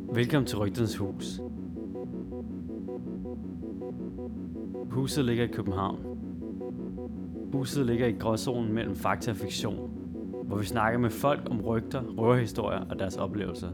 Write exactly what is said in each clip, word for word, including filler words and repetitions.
Velkommen til Rygternes Hus. Huset ligger i København. Huset ligger i gråzonen mellem fakta og fiktion, hvor vi snakker med folk om rygter, røverhistorier og deres oplevelser.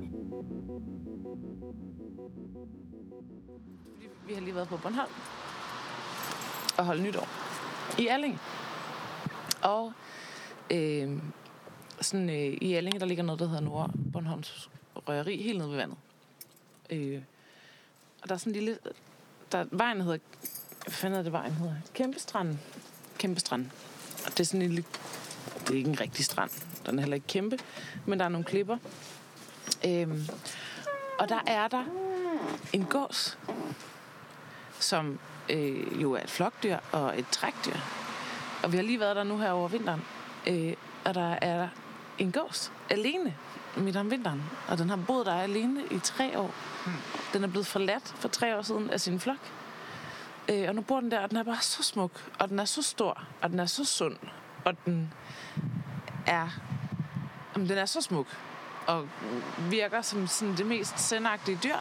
Vi har lige været på Bornholm og holdt nytår i Allinge. Og øh, sådan, øh, i Allinge, der ligger noget, der hedder Nord Bornholms Røgeri, helt nede ved vandet. Øh, og der er sådan en lille... Der, vejen hedder... Hvad fanden er det, vejen hedder? Kæmpestrand. Kæmpestrand. Og det er sådan en lille... Det er ikke en rigtig strand. Den er heller ikke kæmpe. Men der er nogle klipper. Øh, og der er der en gås, som øh, jo er et flokdyr og et trækdyr. Og vi har lige været der nu her over vinteren. Øh, og der er der en gås alene midt om vinteren. Og den har boet der alene i tre år. Hmm. Den er blevet forladt for tre år siden af sin flok. Øh, og nu bor den der, og den er bare så smuk. Og den er så stor, og den er så sund. Og den er... Jamen, den er så smuk. Og virker som sådan det mest sendagtige dyr.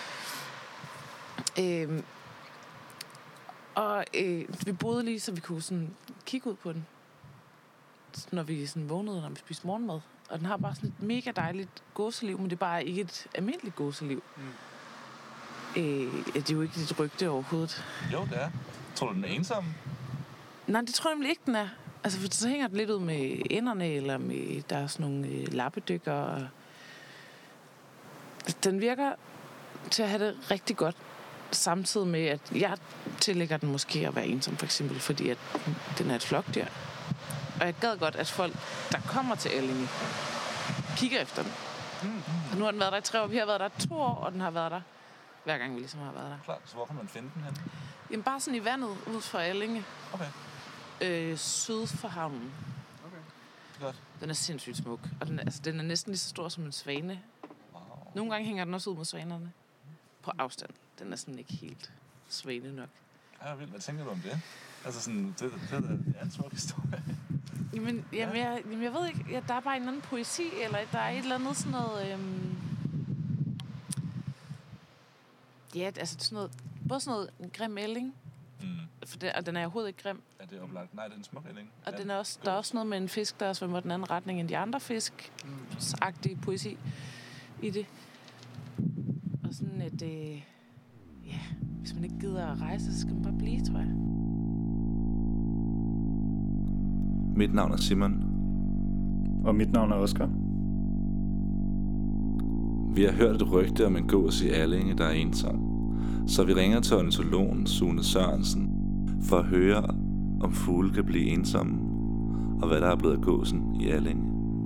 Øh, og øh, vi boede lige, så vi kunne sådan kigge ud på den, når vi sådan vågnede, når vi spiste morgenmad. Og den har bare sådan et mega dejligt gåseliv, men det er bare ikke et almindeligt gåseliv. Mm. Øh, det er jo ikke et rygte overhovedet. Jo, det er. Tror du, den er ensom? Nej, det tror jeg nemlig ikke, den er. Altså, for så hænger den lidt ud med ænderne, eller med, der er sådan nogle øh, lappedykker. Og den virker til at have det rigtig godt, samtidig med, at jeg tillægger den måske at være ensom, for eksempel, fordi at den er et flokdyr. Og jeg gad godt, at folk, der kommer til Allinge, kigger efter den. Mm, mm. Nu har den været der i tre år. Vi har været der to år, og den har været der, hver gang vi ligesom har været der. Klart. Så hvor kan man finde den henne? Jamen bare sådan i vandet, ud fra Allinge. Okay. Øh, syd for havnen. Okay. Godt. Den er sindssygt smuk. Og den, altså, den er næsten lige så stor som en svane. Wow. Nogle gange hænger den også ud med svanerne. På afstand. Den er sådan ikke helt svane nok. Ja, vildt. Hvad tænker du om det? Altså sådan, det, det, det er en smuk historie. Jamen, jamen, jeg, jamen, jeg ved ikke, ja, der er bare en anden poesi, eller der er et eller andet sådan noget... Øhm... Ja, altså sådan noget... Både sådan noget grim ælling, mm. for det, og den er overhovedet ikke grim. Ja, det er oplagt. Nej, det er en smuk ælling. Og ja. den er også, der er også noget med en fisk, der svømmer den anden retning end de andre fisk-agtige poesi i det. Og sådan et... Øh... Ja, hvis man ikke gider at rejse, så skal man bare blive, tror jeg. Mit navn er Simon. Og mit navn er Oscar. Vi har hørt et rygte om en gås i Allinge, der er ensom. Så vi ringer til ornitologen Sune Sørensen for at høre, om fugle kan blive ensomme, og hvad der er blevet af gåsen i Allinge.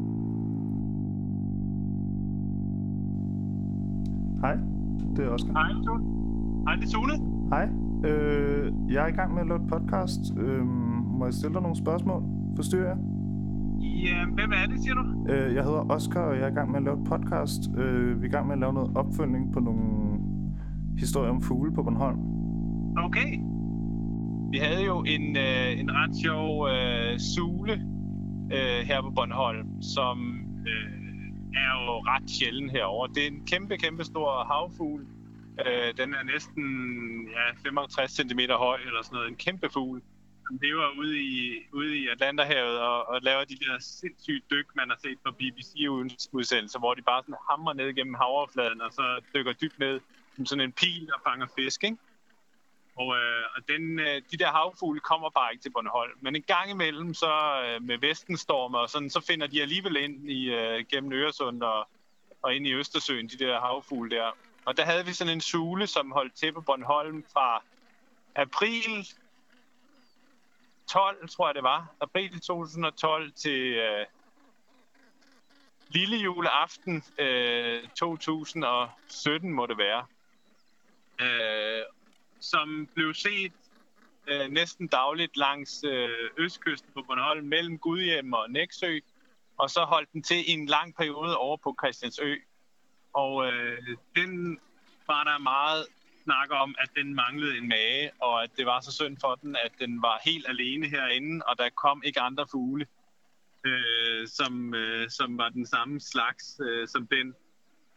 Hej, det er Oscar. Hej, Sune. Hej, det er Sune. Hej, øh, jeg er i gang med at lave et podcast. Øh, må jeg stille dig nogle spørgsmål? Forstyrrer jeg? Ja, hvem er det, siger du? Øh, jeg hedder Oscar, og jeg er i gang med at lave et podcast. Øh, vi er i gang med at lave noget opfølgning på nogle historier om fugle på Bornholm. Okay. Vi havde jo en, øh, en ret sjov øh, sule øh, her på Bornholm, som øh, er jo ret sjælden herovre. Det er en kæmpe, kæmpe stor havfugl. Øh, den er næsten ja, femogtres centimeter høj eller sådan noget. En kæmpe fugl. Den lever ude i, ude i Atlanterhavet og, og laver de der sindssygt dyk, man har set på B B C-udsendelser, hvor de bare sådan hamrer ned gennem havoverfladen og så dykker dybt ned som sådan en pil og fanger fisk, ikke? Og, øh, og den, øh, de der havfugle kommer bare ikke til Bornholm. Men en gang imellem, så øh, med vestenstormer og sådan, så finder de alligevel ind i, øh, gennem Øresund og, og ind i Østersøen, de der havfugle der. Og der havde vi sådan en sule, som holdt til på Bornholm fra april tolv, tror jeg det var. April to tusind og tolv til øh, lille juleaften øh, to tusind og sytten må det være. Øh, som blev set øh, næsten dagligt langs øh, østkysten på Bornholm mellem Gudhjem og Nexø. Og så holdt den til i en lang periode over på Christiansø. Og øh, den var der meget snak om, at den manglede en mage, og at det var så synd for den, at den var helt alene herinde, og der kom ikke andre fugle, øh, som, øh, som var den samme slags øh, som den.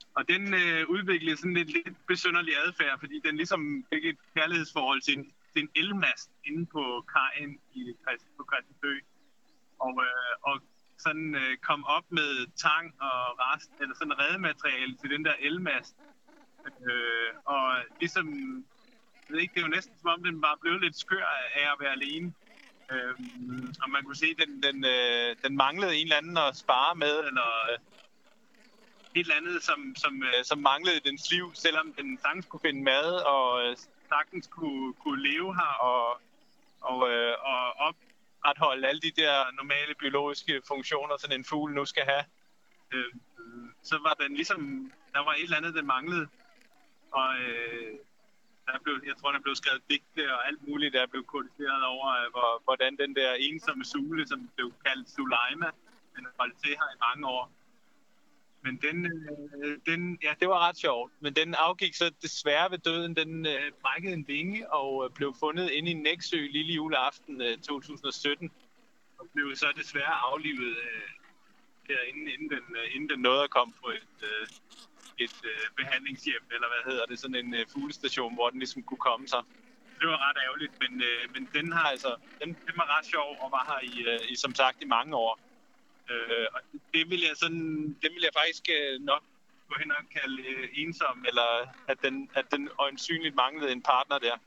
Og den øh, udviklede sådan lidt, lidt besynderlig adfærd, fordi den ligesom fik et kærlighedsforhold til en, til en elmast inde på kajen i, på Christiansø. Og, øh, og sådan øh, kom op med tang og rest, eller sådan redemateriale til den der elmast. Øh, og ligesom, jeg ved ikke, det er jo næsten som om, den var blevet lidt skør af at være alene. Øh, og man kunne se, at den, den, øh, den manglede en eller anden at spare med, eller øh, et eller andet, som, som, øh, som manglede i dens liv, selvom den sagtens kunne finde mad, og øh, sagtens kunne, kunne leve her, og, og, øh, og opretholde alle de der normale biologiske funktioner, sådan en fugl nu skal have. Øh, så var den ligesom, der var et eller andet, den manglede. Og øh, der blev, jeg tror, der blev skrevet digte og alt muligt, der blev kodiseret over, øh, hvor, hvordan den der ensomme sule, som blev kaldt Sulaima, den har holdt til her i mange år. Men den, øh, den, ja, det var ret sjovt. Men den afgik så desværre ved døden. Den øh, brækkede en vinge og øh, blev fundet inde i Nexø lille juleaften øh, to tusind og sytten. Og blev så desværre aflivet øh, derinde, inden den, øh, inden den nåede at komme på et, øh, et øh, behandlingshjem, eller hvad hedder det, sådan en øh, fuglestation, hvor den ligesom kunne komme sig. Det var ret ærgerligt, men, øh, men den har altså, den, den var ret sjov og var her i, øh, i som sagt i mange år. Øh, og det vil jeg sådan, det vil jeg faktisk øh, nok gå hen og kalde øh, ensom, eller at den, at den øjensynligt manglede en partner der.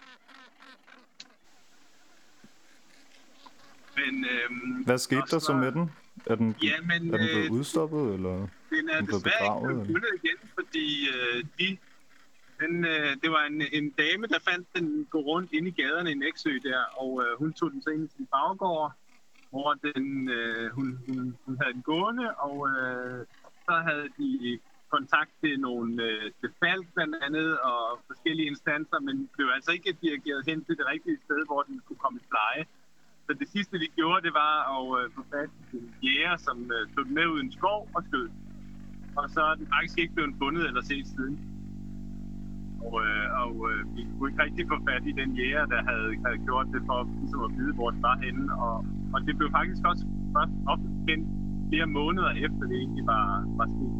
Men, øh, Hvad skete der så med den? Er den, ja, men, er den blevet øh, udstoppet, eller den er den blevet desværre begravet? ikke blevet fundet igen, fordi øh, de, den, øh, det var en, en dame, der fandt den gå rundt inde i gaderne i Nexø der, og øh, hun tog den så ind i sin baggård, hvor den, øh, hun, hun, hun havde den gående, og øh, så havde de kontakt til nogle øh, til Falk blandt andet, og forskellige instanser, men blev altså ikke dirigeret hen til det rigtige sted, hvor den kunne komme i pleje. Så det sidste, de gjorde, det var at øh, få fat i en jæger, som øh, tog den med ud i en skov og skød. Og så er den faktisk ikke blevet fundet eller set siden. Og, øh, og øh, vi kunne ikke rigtig få fat i den jæger, der havde, havde gjort det for ligesom at vide, hvor den var henne. Og, og det blev faktisk også først opkendt flere måneder efter det egentlig var, var sket.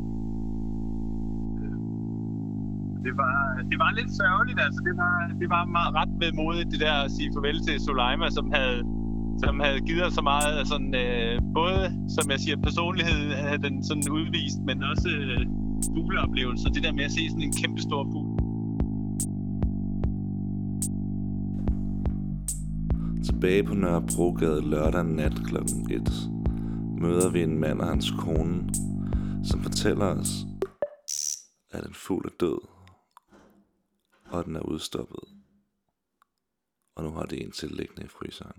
Det var, det var lidt sørgeligt, altså. Det var, det var meget ret vemodigt, det der at sige farvel til Sulaima, som havde, som havde givet os så meget sådan, øh, både, som jeg siger, personlighed havde den sådan udvist, men også øh, fugleoplevelser. Det der med at se sådan en kæmpe stor fugl. Tilbage på Nørrebrogade lørdag nat klokken et møder vi en mand og hans kone, som fortæller os, at en fugl er død, og den er udstoppet. Og nu har det en til liggende i fryseren.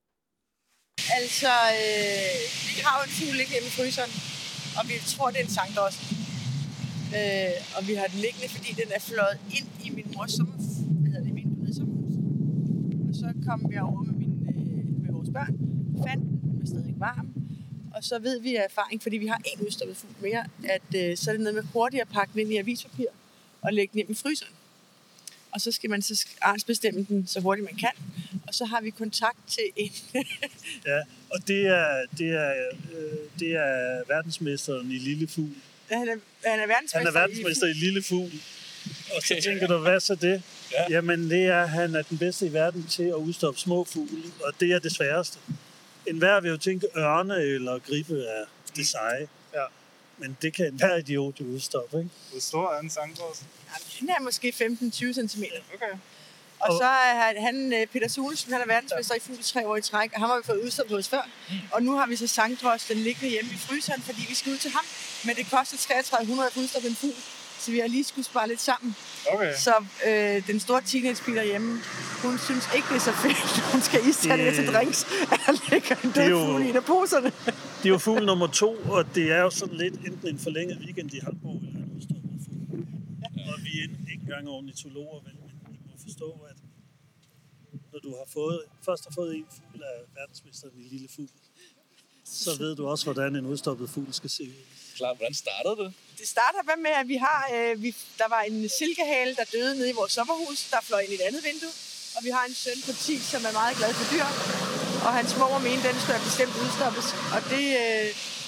Altså, øh, vi har jo en fugl liggende hjemme i fryseren, og vi tror, det er en sangdrossel. Øh, og vi har den liggende, fordi den er fløjet ind i min mors sommerhus. Hvad hedder det? Vinduet i sommerhuset. Og så kom vi over med, min, øh, med vores børn, fandt den, den var stadig varm. Og så ved vi af erfaring, fordi vi har en udstoppet fugl mere, at øh, så er det noget med hurtigt at pakke den ind i avispapir og lægge den hjem i fryseren. Og så skal man så artsbestemme den så hurtigt man kan. Og så har vi kontakt til en. Ja, og det er, det er, øh, det er verdensmesteren i lille fugl. Ja, han, er, han er verdensmester, han er verdensmester i, i lille fugl. Og så tænker du, hvad så det? Ja. Jamen det er, han er den bedste i verden til at udstoppe små fugle, og det er det sværeste. Enhver vil jo tænke, ørne eller gribe er det seje. Ja. Men det kan enhver idiot udstoppe, ikke? Hvor stor er en sangdrossel? Den er måske femten til tyve centimeter. Okay. Og, og så er han, Peter Sulesen, han er verdensmester i fugl tre år i træk, og ham har vi fået udstoppet hos før. Og nu har vi så sangdrosselen liggende hjemme i fryseren, fordi vi skal ud til ham. Men det koster treogtredive hundrede at udstoppe en fugl, så vi har lige skulle spare lidt sammen. Okay. Så øh, den store teenagepige derhjemme, hun synes ikke, det er så fedt, hun skal istage det til drinks, at der ligger en død fugl i en af poserne. Det er jo fugl nummer to, og det er jo sådan lidt enten en forlænget weekend i Hamburg, eller en udstoppet fugl. Ja. Og vi er ikke engang ornitologer, vel, men I må forstå, at når du har fået, først har fået en fugl af verdensmesteren i lille fugl, så ved du også, hvordan en udstoppet fugl skal se ud. Klar, hvordan startede det? Det starter med, at vi har, øh, vi, der var en silkehale, der døde nede i vores sommerhus, der fløj ind i et andet vindue. Og vi har en søn på ti, som er meget glad for dyr. Og hans mor mente, den skulle bestemt udstoppes. Og det, øh,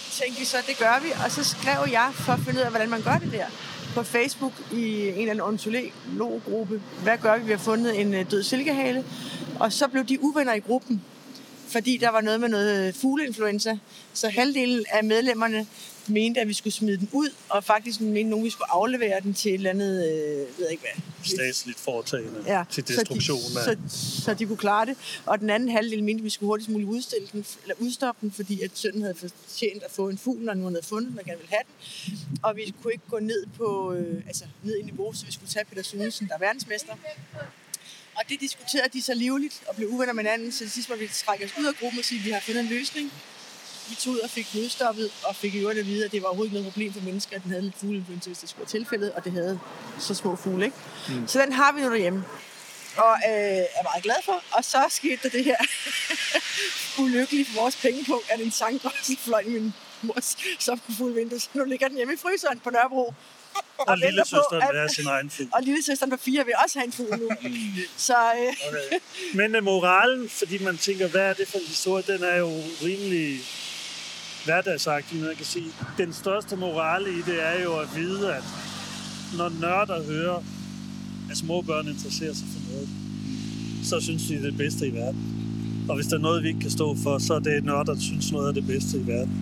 tænkte vi så, det gør vi. Og så skrev jeg for at finde ud af, hvordan man gør det der. På Facebook i en eller anden ornitologgruppe. Hvad gør vi? Vi har fundet en død silkehale. Og så blev de uvenner i gruppen. Fordi der var noget med noget fugleinfluenza. Så halvdelen af medlemmerne mente, at vi skulle smide den ud, og faktisk mente nogen, vi skulle aflevere den til et eller andet, øh, ved jeg ikke hvad. Statsligt foretagende ja, til destruktion. Så de, så, så de kunne klare det. Og den anden halvdel mente, at vi skulle hurtigst muligt udstille den, eller udstoppe den, fordi at sønnen havde fortjent at få en fugl, når nogen havde fundet den, og gerne ville have den. Og vi kunne ikke gå ned på, øh, altså ned i niveau, så vi skulle tage Peter Sunesen, der er verdensmester. Og det diskuterede de så livligt og blev uvenner med hinanden, så til sidst må vi trække os ud af gruppen og sige, at vi har fundet en løsning. Vi tog ud og fik den udstoppet, og fik i øvrigt at vide, at det var overhovedet ikke noget problem for mennesker, at den havde lidt fugleinfluenza, hvis det skulle være tilfældet, og det havde så små fugle, ikke? Mm. Så den har vi nu derhjemme, og øh, er meget glad for. Og så skete der det her ulykkelige for vores pengepunkt, at en sanggrøs fløj i min mors sommerfuglevindue, så nu ligger den hjemme i fryseren på Nørrebro. Og, og lillesøsteren vil have sin egen fugl. Og lillesøsteren på fire vil også have en fugl nu. Så, øh. okay. Men uh, moralen, fordi man tænker, hvad er det for en historie, den er jo rimelig hverdagsagtig, man kan sige. Den største morale i det er jo at vide, at når nørder hører, at små børn interesserer sig for noget, så synes de, det er det bedste i verden. Og hvis der er noget, vi ikke kan stå for, så er det nørder, der synes noget er det bedste i verden.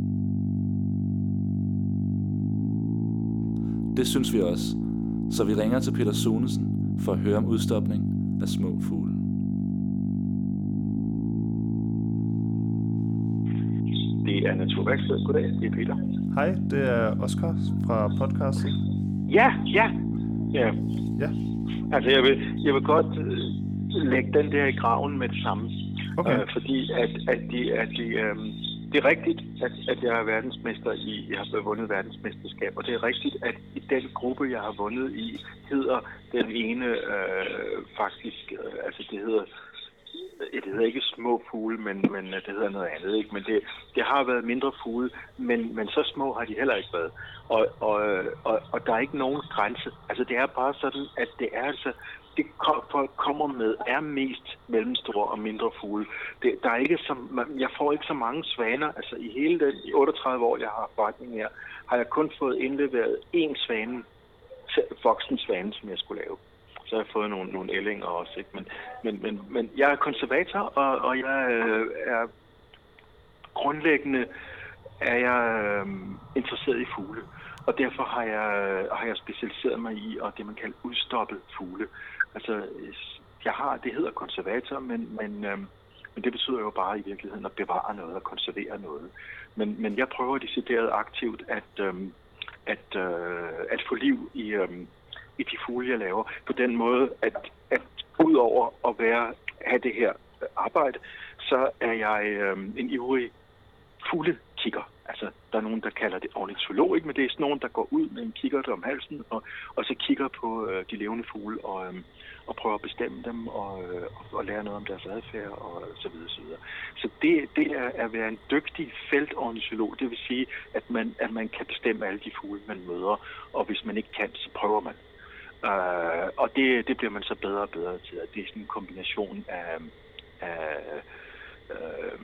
Det synes vi også, så vi ringer til Peter Sunesen for at høre om udstopning af små fugle. Det er Naturværkstedet. Goddag, det er Peter. Hej, det er Oscar fra podcastet. Ja, ja. Ja. Ja. Altså, jeg vil, jeg vil godt øh, lægge den der i graven med det samme. Okay. Øh, fordi at, at de... At de øh, Det er rigtigt, at, at jeg er verdensmester i, jeg har vundet verdensmesterskab, og det er rigtigt, at i den gruppe, jeg har vundet i, hedder den ene øh, faktisk, øh, altså det hedder, det hedder ikke små fugle, men, men det hedder noget andet, ikke? Men det, det har været mindre fugle, men, men så små har de heller ikke været. Og, og, og, og der er ikke nogen grænse. Altså det er bare sådan, at det er altså, det folk kommer med, er mest mellemstore og mindre fugle. Det, der er ikke så, jeg får ikke så mange svaner. Altså i hele den i otteogtredive år, jeg har forretning her, har jeg kun fået indleveret én svane, voksen svane, som jeg skulle lave. Så har jeg fået nogle, nogle ællinger også. Ikke? Men, men, men, men jeg er konservator, og, og jeg er grundlæggende er jeg øh, interesseret i fugle. Og derfor har jeg, har jeg specialiseret mig i og det, man kalder udstoppet fugle. Altså, jeg har, det hedder konservator, men, men, øhm, men det betyder jo bare i virkeligheden at bevare noget og konservere noget. Men, men jeg prøver decideret aktivt at, øhm, at, øh, at få liv i, øhm, i de fugle, jeg laver. På den måde, at, at udover at være, have det her arbejde, så er jeg øhm, en ivrig fuglekigger. Altså, der er nogen, der kalder det ornitolog, ikke? Men det er sådan nogen, der går ud med en kikkert om halsen, og, og så kigger på øh, de levende fugle, og, øh, og prøver at bestemme dem, og, øh, og lære noget om deres adfærd, og så videre, så videre. Så det, det er at være en dygtig feltornitolog, det vil sige, at man, at man kan bestemme alle de fugle, man møder, og hvis man ikke kan, så prøver man. Uh, og det, det bliver man så bedre og bedre til, at det er sådan en kombination af... af øh,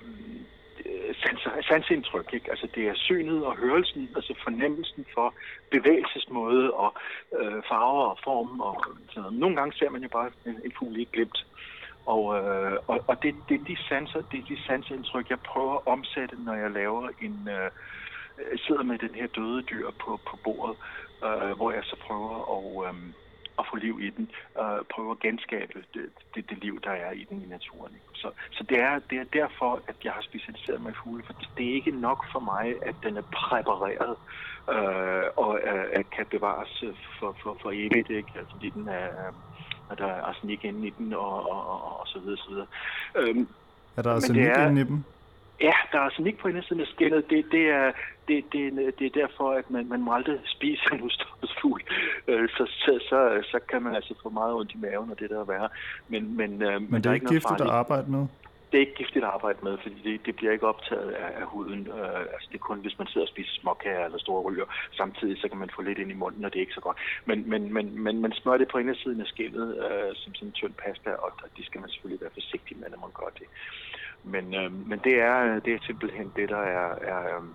sansindtryk, ikke? Altså det er synet og hørelsen, altså fornemmelsen for bevægelsesmåde og øh, farver og form og sådan noget. Nogle gange ser man jo bare en, en fugl i glimt. Og, øh, og, og det, det er de sanser, det er de sansindtryk, jeg prøver at omsætte, når jeg laver en øh, sidder med den her døde dyr på, på bordet, øh, hvor jeg så prøver at, øh, at få liv i den, øh, prøver at genskabe det, det, det liv, der er i den i naturen. Ikke? Så, så det, er, det er derfor, at jeg har specialiseret mig i fugle, for det er ikke nok for mig, at den er præpareret øh, og øh, kan bevares for, for, for evigt, ikke? Altså, fordi den er, at der er arsenik inde i den, og, og, og, og så videre, så videre. Øhm, er der arsenik inde i dem? Ja, der er arsenik på indersiden af skinnet. Det, det, er, det, det, det er derfor, at man, man må aldrig spise en udstoppet fugl. Øh, så, så, så, så kan man altså få meget ondt i maven, og det der er værre. Men, men, øh, men, men det er ikke giftigt at arbejde med? Det er ikke giftigt at arbejde med, fordi det, det bliver ikke optaget af, af huden. Øh, altså det er kun, hvis man sidder og spiser småkager eller store ryger. Samtidig så kan man få lidt ind i munden, og det er ikke så godt. Men, men, men, men man smører det på indersiden af skinnet, øh, som sådan en tynd pasta, og det skal man selvfølgelig være forsigtig med, når man gør det. Men, øh, men det, er, det er simpelthen det, der er, er,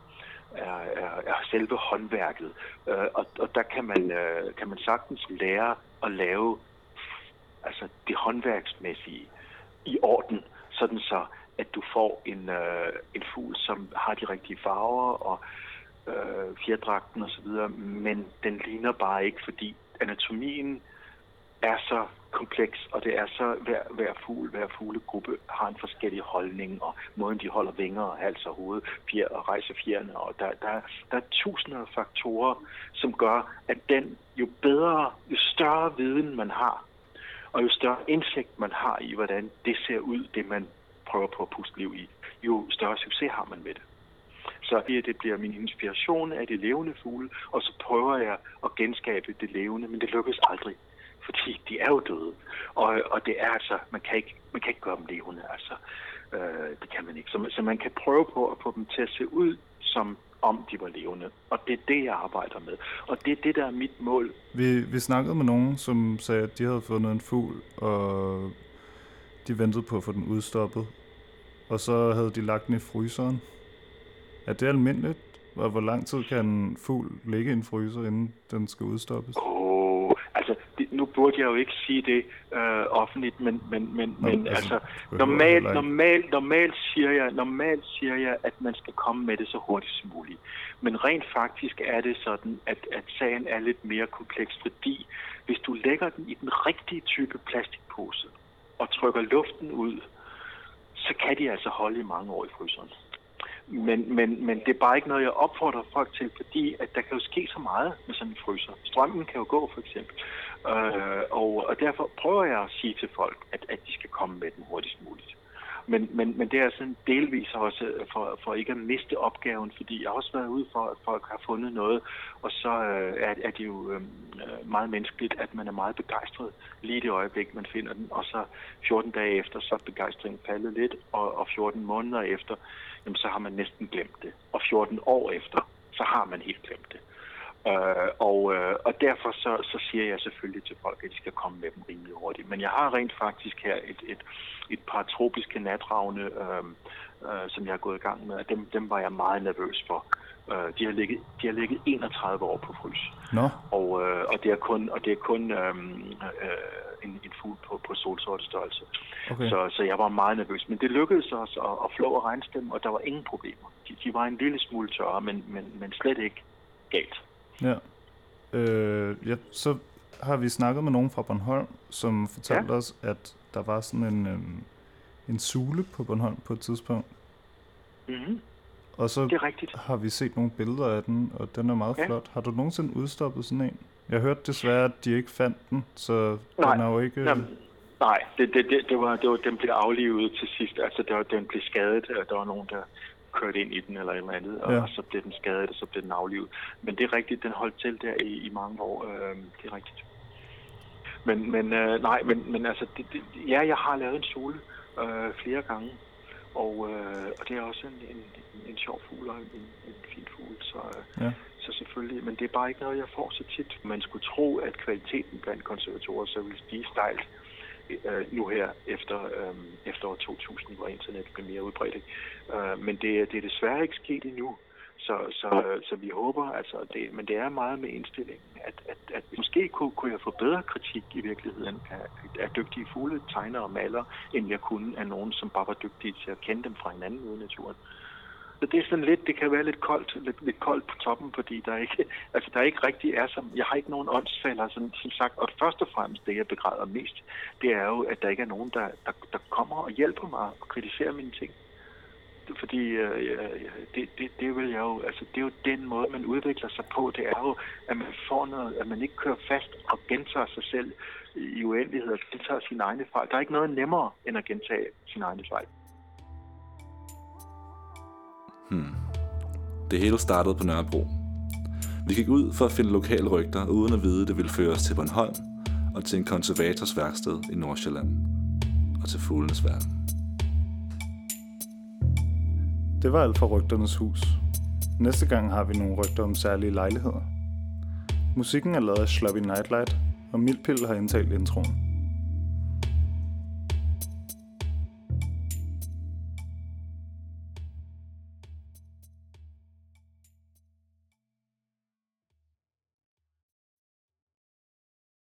er, er, er selve håndværket. Øh, og, og der kan man, øh, kan man sagtens lære at lave altså det håndværksmæssige i orden, sådan så at du får en, øh, en fugl, som har de rigtige farver og øh, fjerdragten osv., men den ligner bare ikke, fordi anatomien er så kompleks, og det er så, hver, hver fugl, hver fuglegruppe har en forskellig holdning, og måden de holder vinger og hals og hoved, fjer og rejser fjerne, og der, der, der er tusinder af faktorer, som gør, at den jo bedre, jo større viden man har, og jo større indsigt man har i, hvordan det ser ud, det man prøver på at puste liv i, jo større succes har man med det. Så det bliver min inspiration af det levende fugle, og så prøver jeg at genskabe det levende, men det lykkes aldrig, fordi de er jo døde. Og, og det er altså, man kan ikke, man kan ikke gøre dem levende, altså. Øh, det kan man ikke. Så, så man kan prøve på at få dem til at se ud, som om de var levende. Og det er det, jeg arbejder med. Og det er det, der er mit mål. Vi, vi snakkede med nogen, som sagde, at de havde fundet en fugl, og de ventede på at få den udstoppet. Og så havde de lagt den i fryseren. Er det almindeligt? Og hvor lang tid kan en fugl ligge i en fryser, inden den skal udstoppes? Åh, oh, altså, det, nu burde jeg jo ikke sige det øh, offentligt, men, men, men, Nå, men altså, altså normalt, normalt, normalt, siger jeg, normalt siger jeg, at man skal komme med det så hurtigt som muligt. Men rent faktisk er det sådan, at, at sagen er lidt mere kompleks, fordi hvis du lægger den i den rigtige type plastikpose og trykker luften ud, så kan de altså holde i mange år i fryseren. Men, men, men det er bare ikke noget, jeg opfordrer folk til, fordi at der kan jo ske så meget med sådan en fryser. Strømmen kan jo gå, for eksempel. Øh, og, og derfor prøver jeg at sige til folk, at, at de skal komme med den hurtigst muligt. Men, men, men det er sådan delvis også for, for ikke at miste opgaven, fordi jeg har også været ude for, at folk har fundet noget, og så øh, er, er det jo øh, meget menneskeligt, at man er meget begejstret lige det øjeblik, man finder den, og så fjorten dage efter, så er begejstringen faldet lidt, og, og fjorten måneder efter, jamen, så har man næsten glemt det, og fjorten år efter, så har man helt glemt det. Uh, og, uh, og derfor så, så siger jeg selvfølgelig til folk, at de skal komme med dem rimelig hurtigt. Men jeg har rent faktisk her et, et, et par tropiske natravne, uh, uh, som jeg er gået i gang med, og dem, dem var jeg meget nervøs for. Uh, de, har ligget, de har ligget enogtredive år på frys. No. Og, uh, og det er kun, og det er kun um, uh, en, en fugl på, på solsortestørrelse. Okay. Så, så jeg var meget nervøs. Men det lykkedes os at, at flå og regnstemme, og der var ingen problemer. De, de var en lille smule tørre, men, men, men slet ikke galt. Ja. Øh, ja, så har vi snakket med nogen fra Bornholm, som fortalte ja. os, at der var sådan en, øhm, en sule på Bornholm på et tidspunkt. Mm-hmm. Og så det er rigtigt. Har vi set nogle billeder af den, og den er meget ja. flot. Har du nogensinde udstoppet sådan en? Jeg hørte desværre, at de ikke fandt den, så nej. den er jo ikke... Jamen, nej, det, det, det, det var, det var, den blev aflivet til sidst. Altså, det var, den blev skadet. Der var nogen, der kørte ind i den eller et eller andet, og, ja. og så blev den skadet, og så blev den aflivet. Men det er rigtigt, den holdt til der i, i mange år. Øh, det er rigtigt. Men, men øh, nej, men, men altså, det, det, ja, jeg har lavet en sule øh, flere gange, og, øh, og det er også en, en, en, en sjov fugl og en, en fin fugl, så, ja. så selvfølgelig. Men det er bare ikke noget, jeg får så tit. Man skulle tro, at kvaliteten blandt konservatorer så ville stige stejlt øh, nu her efter, øh, efter år to tusind, hvor internet blev mere udbredt. Øh, men det, det er desværre ikke sket endnu. Så, så, så vi håber, altså, det, men det er meget med indstillingen, at, at, at måske kunne, kunne jeg få bedre kritik i virkeligheden af, af dygtige fugle, tegnere og malere, end jeg kunne af nogen, som bare var dygtige til at kende dem fra hinanden ude i naturen. Så det er sådan lidt, det kan være lidt koldt, lidt, lidt koldt på toppen, fordi der ikke, altså der ikke rigtig er som, jeg har ikke nogen åndsfælder, som, som sagt, og først og fremmest det, jeg begræder mest, det er jo, at der ikke er nogen, der, der, der kommer og hjælper mig og kritiserer mine ting. Fordi øh, det, det, det vil jeg jo, altså det er jo den måde, man udvikler sig på, det er jo, at man får noget, at man ikke kører fast og gentager sig selv i uendelighed og gentager sine egne fejl. Der er ikke noget nemmere, end at gentage sine egne fejl. Hmm. Det hele startede på Nørrebro. Vi gik ud for at finde lokale rygter, uden at vide, det ville føre os til Bornholm og til en konservators værksted i Nordsjælland og til fuglenes verden. Det var alt for Rygternes Hus. Næste gang har vi nogle rygter om særlige lejligheder. Musikken er lavet af Sloppy Nightlight, og Milpil har indtalt introen.